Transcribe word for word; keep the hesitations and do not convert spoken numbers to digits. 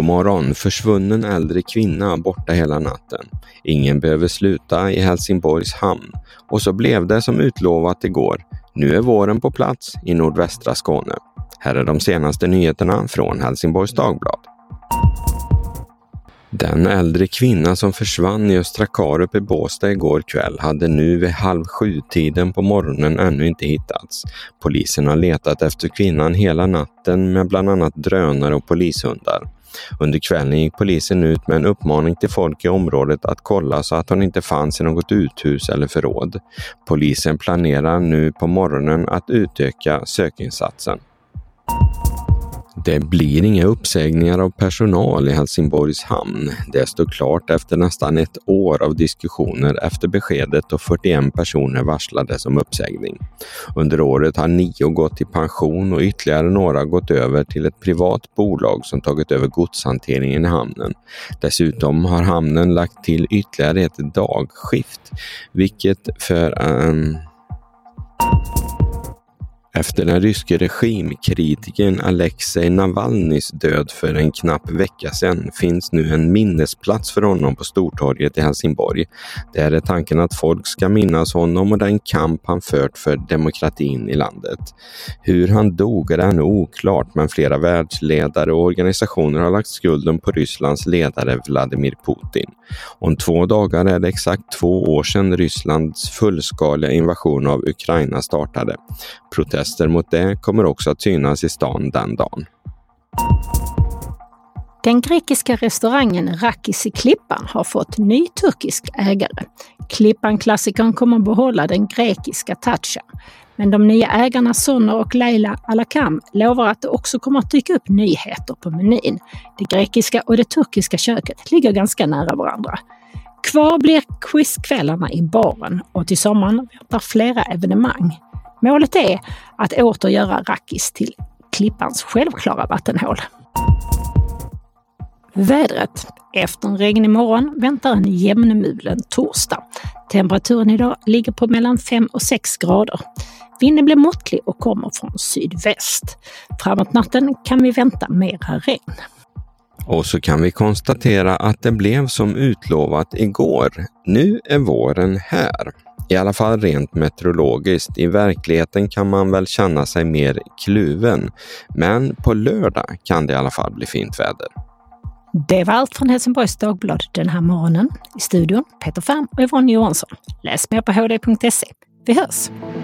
God morgon, försvunnen äldre kvinna borta hela natten. Ingen behöver sluta i Helsingborgs hamn. Och så blev det som utlovat igår. Nu är våren på plats i nordvästra Skåne. Här är de senaste nyheterna från Helsingborgs Dagblad. Den äldre kvinna som försvann i Östra Karup i Båstad igår kväll hade nu vid halv sju-tiden på morgonen ännu inte hittats. Polisen har letat efter kvinnan hela natten med bland annat drönare och polishundar. Under kvällen gick polisen ut med en uppmaning till folk i området att kolla så att hon inte fanns i något uthus eller förråd. Polisen planerar nu på morgonen att utöka sökinsatsen. Det blir inga uppsägningar av personal i Helsingborgs hamn. Det står klart efter nästan ett år av diskussioner efter beskedet och fyrtioen personer varslades om uppsägning. Under året har nio gått i pension och ytterligare några gått över till ett privat bolag som tagit över godshanteringen i hamnen. Dessutom har hamnen lagt till ytterligare ett dagskift, vilket för en... Efter den ryske regimkritiken Alexej Navalnys död för en knapp vecka sedan finns nu en minnesplats för honom på Stortorget i Helsingborg. Det är tanken att folk ska minnas honom och den kamp han fört för demokratin i landet. Hur han dog är ännu oklart, men flera världsledare och organisationer har lagt skulden på Rysslands ledare Vladimir Putin. Om två dagar är det exakt två år sedan Rysslands fullskaliga invasion av Ukraina startade. Protester mot det kommer också att synas i stan den dagen. Den grekiska restaurangen Rakis i Klippan har fått ny turkisk ägare. Klippan-klassikern kommer att behålla den grekiska touchen. Men de nya ägarna Sonner och Leila Alakam lovar att det också kommer att dyka upp nyheter på menyn. Det grekiska och det turkiska köket ligger ganska nära varandra. Kvar blir quizkvällarna i baren och till sommaren väntar flera evenemang. Målet är att åter göra Rakis till Klippans självklara vattenhål. Vädret. Efter en regnig morgon väntar en jämnmulen torsdag. Temperaturen idag ligger på mellan fem och sex grader. Vinden blir måttlig och kommer från sydväst. Framåt natten kan vi vänta mera regn. Och så kan vi konstatera att det blev som utlovat igår. Nu är våren här. I alla fall rent meteorologiskt. I verkligheten kan man väl känna sig mer kluven. Men på lördag kan det i alla fall bli fint väder. Det var allt från Helsingborgs Dagblad den här morgonen. I studion Peter Färm och Yvonne Johansson. Läs mer på h d punkt se. Vi hörs!